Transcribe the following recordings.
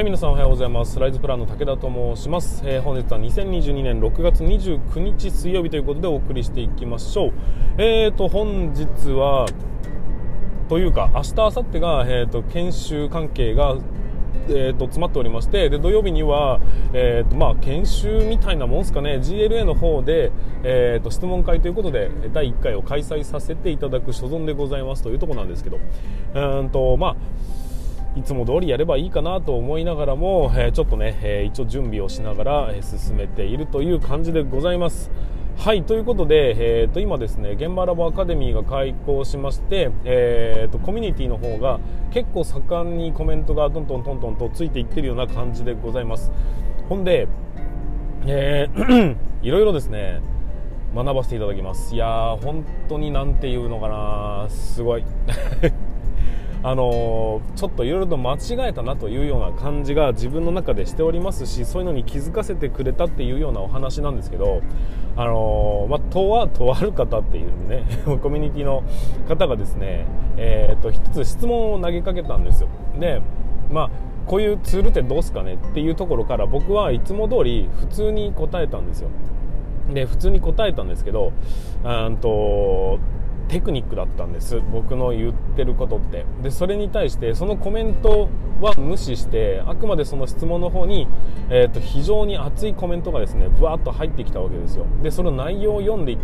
はい、皆さんおはようございます。ライズプランの武田と申します。本日は2022年6月29日水曜日ということでお送りしていきましょう。本日はというか明日明後日が、研修関係が詰まっておりまして、で土曜日には、研修みたいなもんですかね、 GLA の方で、質問会ということで第1回を開催させていただく所存でございますというところなんですけど、いつも通りやればいいかなと思いながらも、ちょっとね、一応準備をしながら、進めているという感じでございます。はい、ということで、今ですね、現場ラボアカデミーが開校しまして、コミュニティの方が結構盛んにコメントがトントンとついていってるような感じでございます。ほんで、いろいろですね学ばせていただきます。いやー本当になんていうのかな、すごいちょっといろいろと間違えたなというような感じが自分の中でしておりますし、そういうのに気づかせてくれたっていうようなお話なんですけど、とある方っていうねコミュニティの方がですね、一つ質問を投げかけたんですよ。で、こういうツールってどうすかねっていうところから僕はいつも通り普通に答えたんですよ。で普通に答えたんですけど、テクニックだったんです、僕の言ってることって。でそれに対してそのコメントは無視して、あくまでその質問の方に、非常に熱いコメントがですねブワーッと入ってきたわけですよ。でその内容を読んでいって、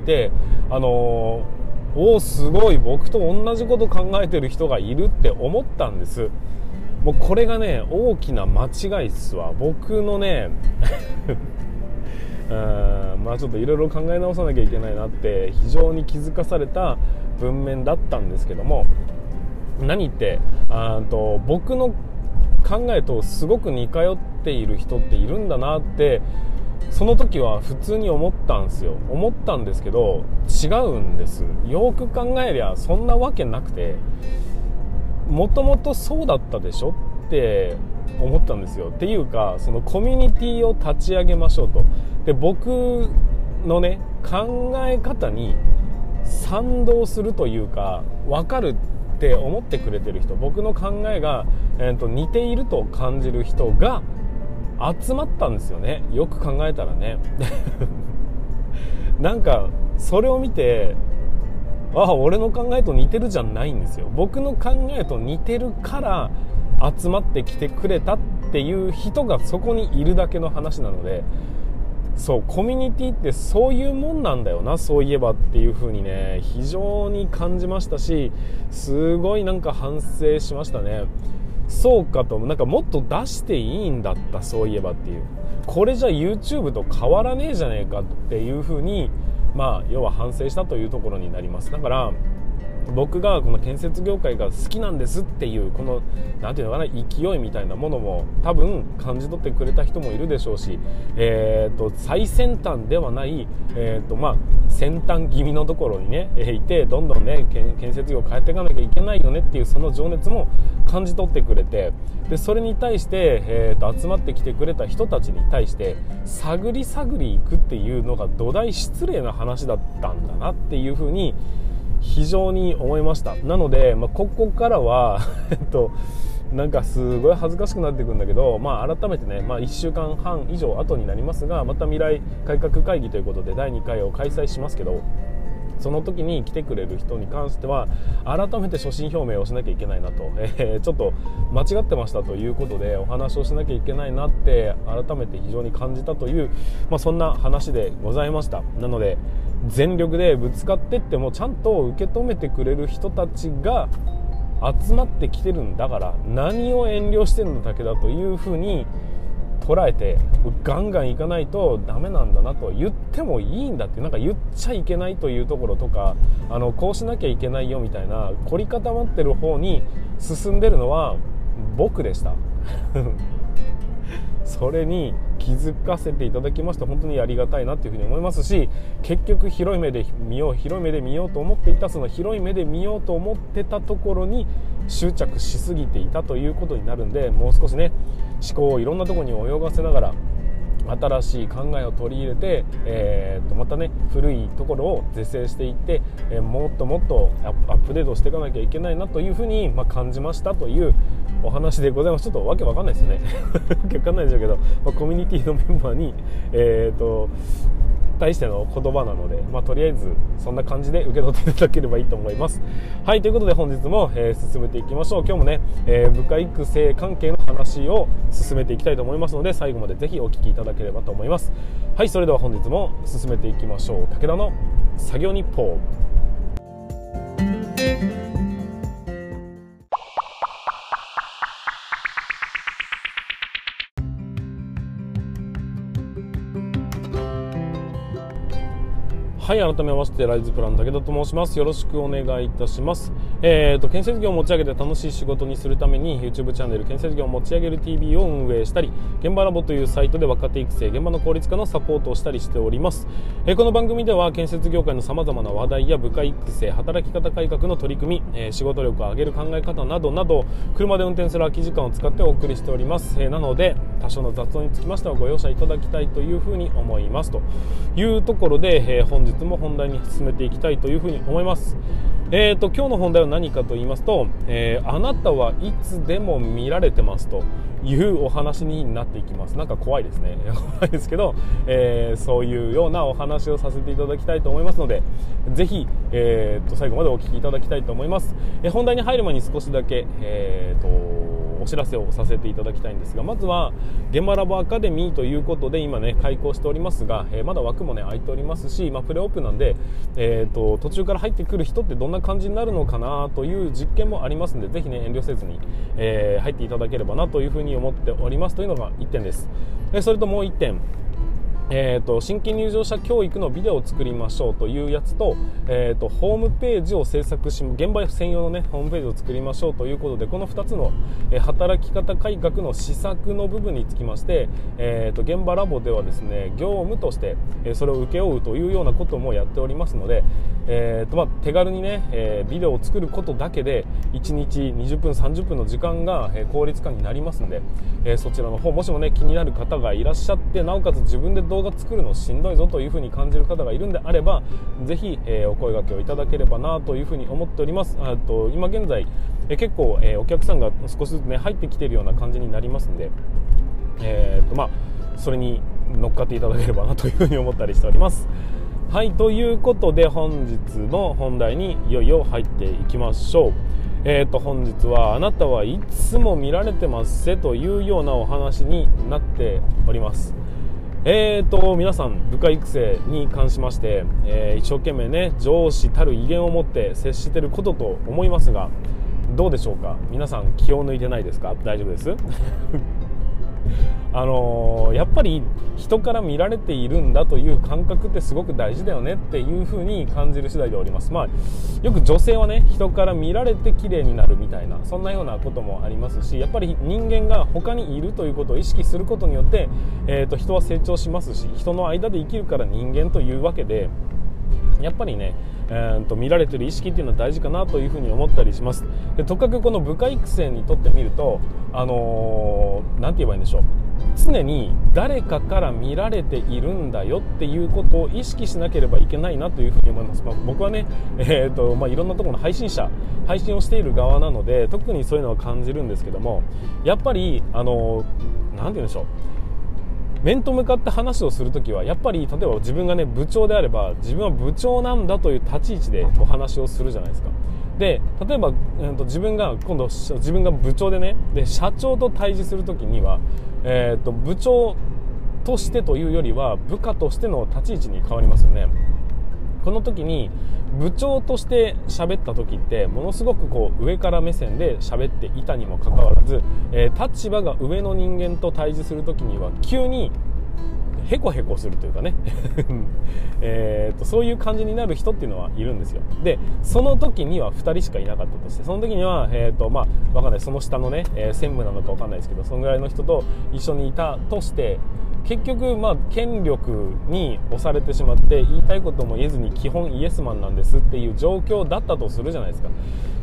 すごい僕と同じこと考えてる人がいるって思ったんです。もうこれがね大きな間違いっすわ、僕のねちょっといろいろ考え直さなきゃいけないなって非常に気づかされた文面だったんですけども、何って僕の考えとすごく似通っている人っているんだなってその時は普通に思ったんですけど、違うんです。よく考えりゃそんなわけなくて、もともとそうだったでしょって思ったんですよ。っていうか、そのコミュニティを立ち上げましょうと。で僕のね考え方に賛同するというか分かるって思ってくれてる人、僕の考えが、似ていると感じる人が集まったんですよね。よく考えたらねなんかそれを見て、俺の考えと似てるじゃないんですよ。僕の考えと似てるから集まってきてくれたっていう人がそこにいるだけの話なので、そうコミュニティってそういうもんなんだよな、そういえばっていう風にね非常に感じましたし、すごいなんか反省しましたね。そうかと、なんかもっと出していいんだった、そういえばっていう、これじゃ YouTube と変わらねえじゃねえかっていう風に要は反省したというところになります。だから僕がこの建設業界が好きなんですっていうこのなんていうのかな、勢いみたいなものも多分感じ取ってくれた人もいるでしょうし、最先端ではない、先端気味のところにね、いてどんどんね建設業を変えていかなきゃいけないよねっていうその情熱も感じ取ってくれて、でそれに対して、集まってきてくれた人たちに対して探り行くっていうのが土台失礼な話だったんだなっていうふうに非常に思いました。なので、ここからはなんかすごい恥ずかしくなってくるんだけど、改めてね、1週間半以上後になりますが、また未来改革会議ということで第2回を開催しますけど、その時に来てくれる人に関しては改めて所信表明をしなきゃいけないなと、ちょっと間違ってましたということでお話をしなきゃいけないなって改めて非常に感じたという、そんな話でございました。なので全力でぶつかってってもちゃんと受け止めてくれる人たちが集まってきてるんだから、何を遠慮してるのだけだというふうに捉えてガンガンいかないとダメなんだなと、言ってもいいんだって、なんか言っちゃいけないというところとか、こうしなきゃいけないよみたいな凝り固まってる方に進んでるのは僕でしたそれに気づかせていただきまして本当にありがたいなというふうに思いますし、結局広い目で見ようと思っていた、その広い目で見ようと思ってたところに執着しすぎていたということになるんで、もう少しね思考をいろんなところに泳がせながら新しい考えを取り入れて、またね古いところを是正していって、もっともっとアップデートしていかなきゃいけないなというふうに、感じましたというお話でございます。ちょっとわけわかんないですよねわけわかんないでしょうけど、コミュニティのメンバーに対しての言葉なので、とりあえずそんな感じで受け取っていただければいいと思います。はい、ということで本日も、進めていきましょう。今日もね、部下育成関係の話を進めていきたいと思いますので、最後までぜひお聞きいただければと思います。はい、それでは本日も進めていきましょう。武田の作業日報。はい、改めましてライズプラン武田と申します。よろしくお願いいたします。建設業を持ち上げて楽しい仕事にするために YouTube チャンネル建設業を持ち上げる TV を運営したり、現場ラボというサイトで若手育成、現場の効率化のサポートをしたりしております。この番組では建設業界の様々な話題や部下育成、働き方改革の取り組み、仕事力を上げる考え方などなど、車で運転する空き時間を使ってお送りしております。なので多少の雑音につきましてはご容赦いただきたいというふうに思いますというところで、本日も本題に進めていきたいというふうに思います。今日の本題は何かと言いますと、あなたはいつでも見られてますというお話になっていきます。なんか怖いですね怖いですけど、そういうようなお話をさせていただきたいと思いますので、ぜひ、最後までお聞きいただきたいと思います。本題に入る前に少しだけ、お知らせをさせていただきたいんですが、まずは現場ラボアカデミーということで今ね開講しておりますが、まだ枠もね空いておりますし、プレオープンなんで、途中から入ってくる人ってどんな感じになるのかなという実験もありますので、ぜひね遠慮せずに、入っていただければなというふうに思っておりますというのが1点です。それともう1点、新規入場者教育のビデオを作りましょうというやつと、ホームページを制作し、現場専用のねホームページを作りましょうということで、この2つの、働き方改革の施策の部分につきまして、現場ラボではですね業務として、それを請け負うというようなこともやっておりますので、手軽にね、ビデオを作ることだけで1日20分30分の時間が、効率化になりますので、そちらの方もしもね気になる方がいらっしゃって、なおかつ自分で動画作るのしんどいぞというふうに感じる方がいるんであれば、ぜひ、お声掛けをいただければなというふうに思っております。今現在、結構、お客さんが少しずつね入ってきているような感じになりますので、それに乗っかっていただければなというふうに思ったりしております。はい、ということで本日の本題にいよいよ入っていきましょう。本日はあなたはいつも見られてますせというようなお話になっております。皆さん部下育成に関しまして、一生懸命ね上司たる威厳を持って接していることと思いますが、どうでしょうか。皆さん気を抜いてないですか。大丈夫ですやっぱり人から見られているんだという感覚ってすごく大事だよねっていう風に感じる次第でおります。よく女性はね人から見られて綺麗になるみたいな、そんなようなこともありますし、やっぱり人間が他にいるということを意識することによって、人は成長しますし、人の間で生きるから人間というわけで、やっぱりね見られている意識っていうのは大事かなというふうに思ったりします。で、とかくこの部下育成にとってみると、なんて言えばいいんでしょう、常に誰かから見られているんだよっていうことを意識しなければいけないなというふうに思います。僕はね、いろんなところの配信をしている側なので特にそういうのは感じるんですけども、やっぱりなんて言うんでしょう、面と向かって話をするときはやっぱり、例えば自分がね部長であれば自分は部長なんだという立ち位置でお話をするじゃないですか。で、例えば、自分が部長でね、で社長と対峙するときには、部長としてというよりは部下としての立ち位置に変わりますよね。この時に部長として喋った時ってものすごくこう上から目線で喋っていたにもかかわらず、立場が上の人間と対峙する時には急にヘコヘコするというかねそういう感じになる人っていうのはいるんですよ。でその時には2人しかいなかったとして、その時には、わかんない、その下のね、専務なのかわかんないですけど、そのぐらいの人と一緒にいたとして、結局権力に押されてしまって言いたいことも言えずに基本イエスマンなんですっていう状況だったとするじゃないですか。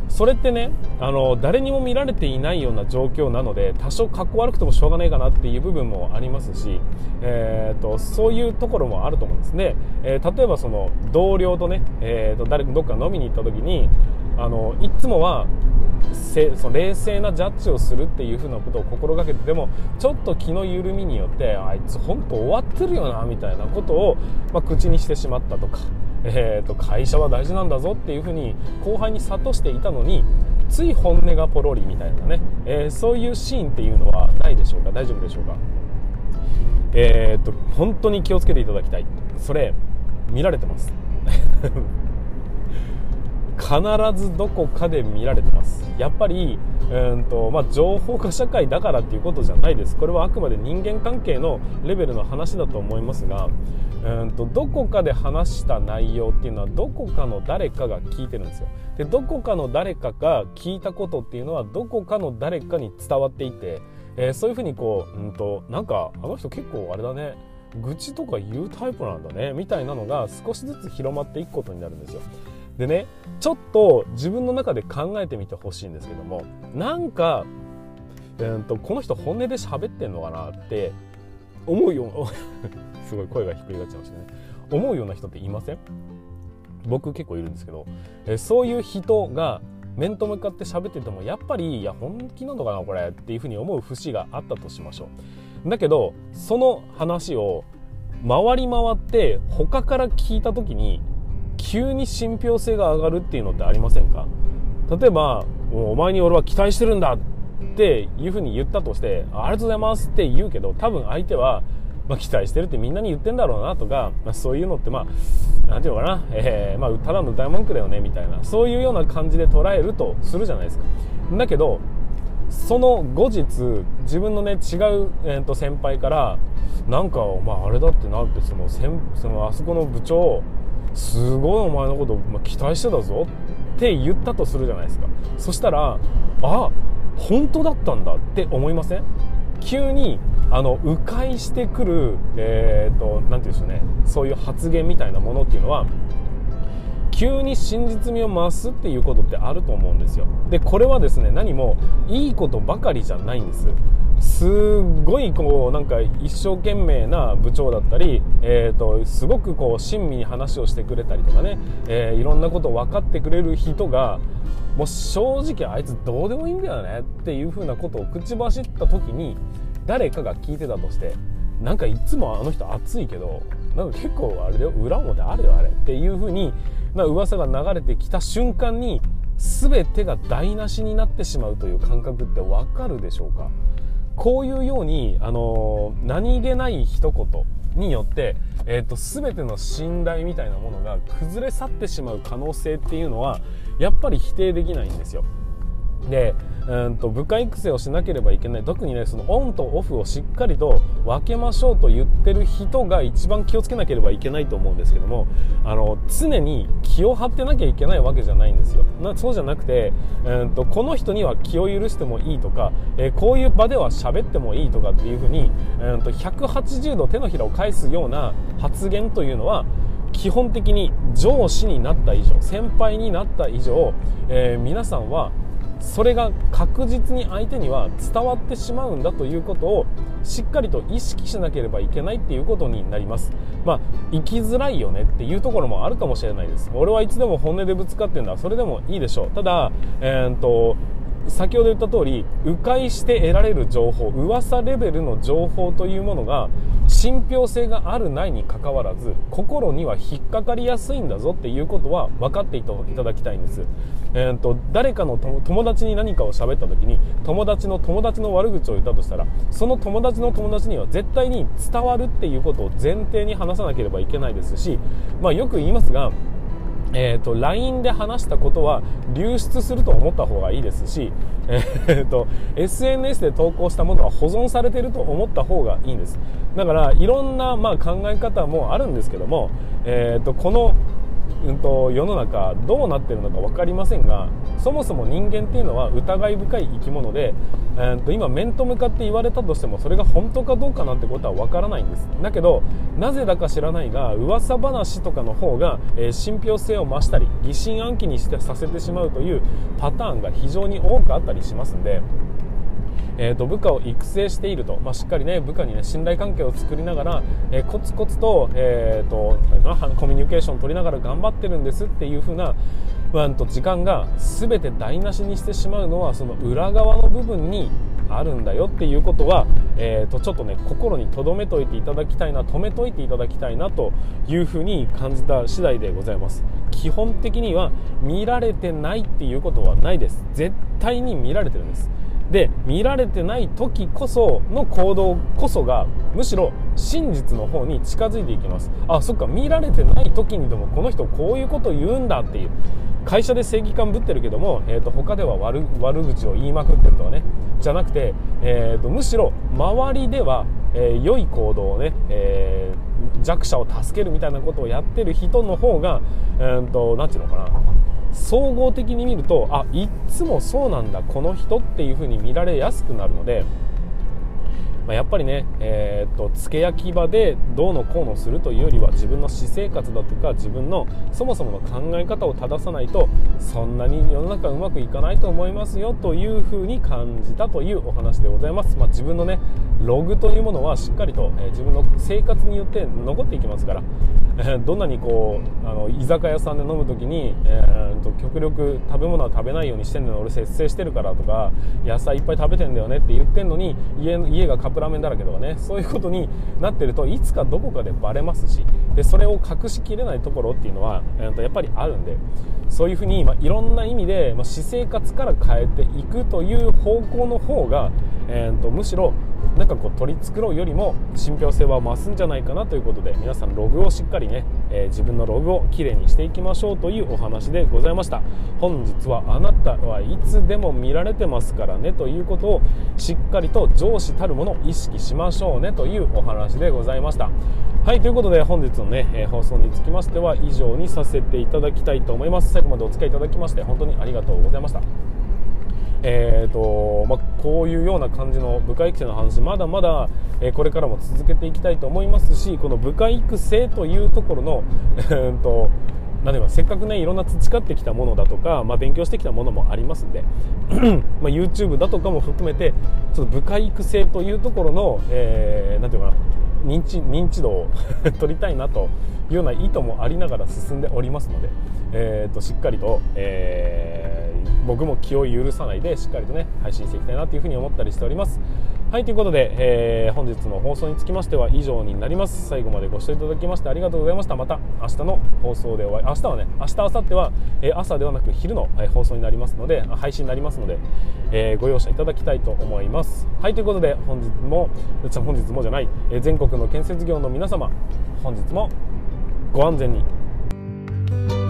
それってね、誰にも見られていないような状況なので、多少かっこ悪くてもしょうがないかなっていう部分もありますし、そういうところもあると思うんですね。例えばその同僚とね、どっか飲みに行った時に、いつもはその冷静なジャッジをするっていう風なことを心がけてても、ちょっと気の緩みによってあいつ本当終わってるよなみたいなことを、口にしてしまったとか、会社は大事なんだぞっていう風に後輩に諭していたのに、つい本音がポロリみたいなね、そういうシーンっていうのはないでしょうか。大丈夫でしょうか。本当に気をつけていただきたい。それ見られてます必ずどこかで見られてます。やっぱり情報化社会だからっていうことじゃないです。これはあくまで人間関係のレベルの話だと思いますが、どこかで話した内容っていうのはどこかの誰かが聞いてるんですよ。で、どこかの誰かが聞いたことっていうのはどこかの誰かに伝わっていて、そういうふうになんかあの人結構あれだね、愚痴とか言うタイプなんだねみたいなのが少しずつ広まっていくことになるんですよ。でね、ちょっと自分の中で考えてみてほしいんですけども、なんか、この人本音で喋ってんのかなって思うようなすごい声が低いがちなんですね。思うような人っていません？僕結構いるんですけど、そういう人が面と向かって喋っててもやっぱりいや本気なのかなこれっていうふうに思う節があったとしましょう。だけどその話を回り回って他から聞いた時に急に信憑性が上がるっていうのってありませんか？例えばお前に俺は期待してるんだっていうふうに言ったとして、ありがとうございますって言うけど、多分相手は、期待してるってみんなに言ってんだろうなとか、そういうのってなんていうのかな、ただの大文句だよねみたいな、そういうような感じで捉えるとするじゃないですか。だけどその後日自分のね違う、先輩からなんかあれだってなって、そのあそこの部長すごいお前のこと、期待してたぞって言ったとするじゃないですか。そしたら本当だったんだって思いません？急に迂回してくるなんていうんでしょうね、そういう発言みたいなものっていうのは急に真実味を増すっていうことってあると思うんですよ。でこれはですね、何もいいことばかりじゃないんです。すごいなんか一生懸命な部長だったり、すごく親身に話をしてくれたりとかね、いろんなことを分かってくれる人がもう正直あいつどうでもいいんだよねっていう風なことを口走った時に誰かが聞いてたとして、なんかいつもあの人熱いけどなんか結構あれだよ、裏表あるよあれっていう風に噂が流れてきた瞬間に全てが台無しになってしまうという感覚ってわかるでしょうか？こういうように何気ない一言によって、全ての信頼みたいなものが崩れ去ってしまう可能性っていうのはやっぱり否定できないんですよ。で部下育成をしなければいけない、特にねそのオンとオフをしっかりと分けましょうと言ってる人が一番気をつけなければいけないと思うんですけども、常に気を張ってなきゃいけないわけじゃないんですよ。そうじゃなくてこの人には気を許してもいいとか、こういう場では喋ってもいいとかっていうふうに180度手のひらを返すような発言というのは基本的に上司になった以上、先輩になった以上、皆さんはそれが確実に相手には伝わってしまうんだということをしっかりと意識しなければいけないっていうことになります。生きづらいよねっていうところもあるかもしれないです。俺はいつでも本音でぶつかってんだ、それでもいいでしょう。ただ先ほど言った通り迂回して得られる情報、噂レベルの情報というものが信憑性があるないにかかわらず心には引っかかりやすいんだぞっていうことは分かっていただきたいんです。誰かの友達に何かを喋った時に友達の友達の悪口を言ったとしたら、その友達の友達には絶対に伝わるっていうことを前提に話さなければいけないですし、よく言いますがLINE で話したことは流出すると思った方がいいですし、SNS で投稿したものは保存されていると思った方がいいんです。だからいろんな考え方もあるんですけども、この世の中どうなってるのか分かりませんが、そもそも人間っていうのは疑い深い生き物で、今面と向かって言われたとしてもそれが本当かどうかなんてことは分からないんです。だけどなぜだか知らないが噂話とかの方が、信憑性を増したり疑心暗鬼にさせてしまうというパターンが非常に多くあったりしますんで、部下を育成していると、しっかりね部下にね信頼関係を作りながら、コツコツと、コミュニケーションを取りながら頑張ってるんですっていう風な、時間が全て台無しにしてしまうのはその裏側の部分にあるんだよっていうことは、ちょっとね心に留めといていただきたいな、止めといていただきたいなというふうに感じた次第でございます。基本的には見られてないっていうことはないです。絶対に見られてるんです。で、見られてない時こその行動こそがむしろ真実の方に近づいていきます。あ、そっか、見られてない時にでもこの人こういうこと言うんだっていう、会社で正義感ぶってるけども、他では悪口を言いまくってるとかね、じゃなくて、むしろ周りでは、良い行動をね、弱者を助けるみたいなことをやってる人の方が、なんていうのかな、総合的に見ると、あ、いっつもそうなんだこの人っていう風に見られやすくなるので、やっぱりね、付け焼き場でどうのこうのするというよりは自分の私生活だとか自分のそもそもの考え方を正さないとそんなに世の中うまくいかないと思いますよというふうに感じたというお話でございます。自分のねログというものはしっかりと、自分の生活によって残っていきますから、どんなにこう居酒屋さんで飲むときに、極力食べ物は食べないようにしてんのに俺節制してるからとか野菜いっぱい食べてんだよねって言ってんのに家がカップラーメンだらけとかね、そういうことになってるといつかどこかでバレますし、でそれを隠しきれないところっていうのは、やっぱりあるんで、そういうふうに、いろんな意味で、私生活から変えていくという方向の方が、むしろなんかこう取り繕うよりも信憑性は増すんじゃないかなということで、皆さんログをしっかりね、自分のログをきれいにしていきましょうというお話でございました。本日はあなたはいつでも見られてますからねということをしっかりと上司たるものを意識しましょうねというお話でございました。はい、ということで本日のね、放送につきましては以上にさせていただきたいと思います。最後までお付き合いいただきまして本当にありがとうございました。こういうような感じの部下育成の話まだまだ、これからも続けていきたいと思いますし、この部下育成というところのなんかせっかくねいろんな培ってきたものだとか、勉強してきたものもありますんでYouTube だとかも含めてちょっと部下育成というところの、なんていうかな、認知度を取りたいなというような意図もありながら進んでおりますので、しっかりと、僕も気を許さないでしっかりとね配信していきたいなというふうに思ったりしております。はい、ということで、本日の放送につきましては以上になります。最後までご視聴いただきましてありがとうございました。また明日の放送でお会い、明日、明後日は、朝ではなく昼の、放送になりますので、配信になりますので、ご容赦いただきたいと思います。はい、ということで本日もじゃない、全国の建設業の皆様、本日もご安全に。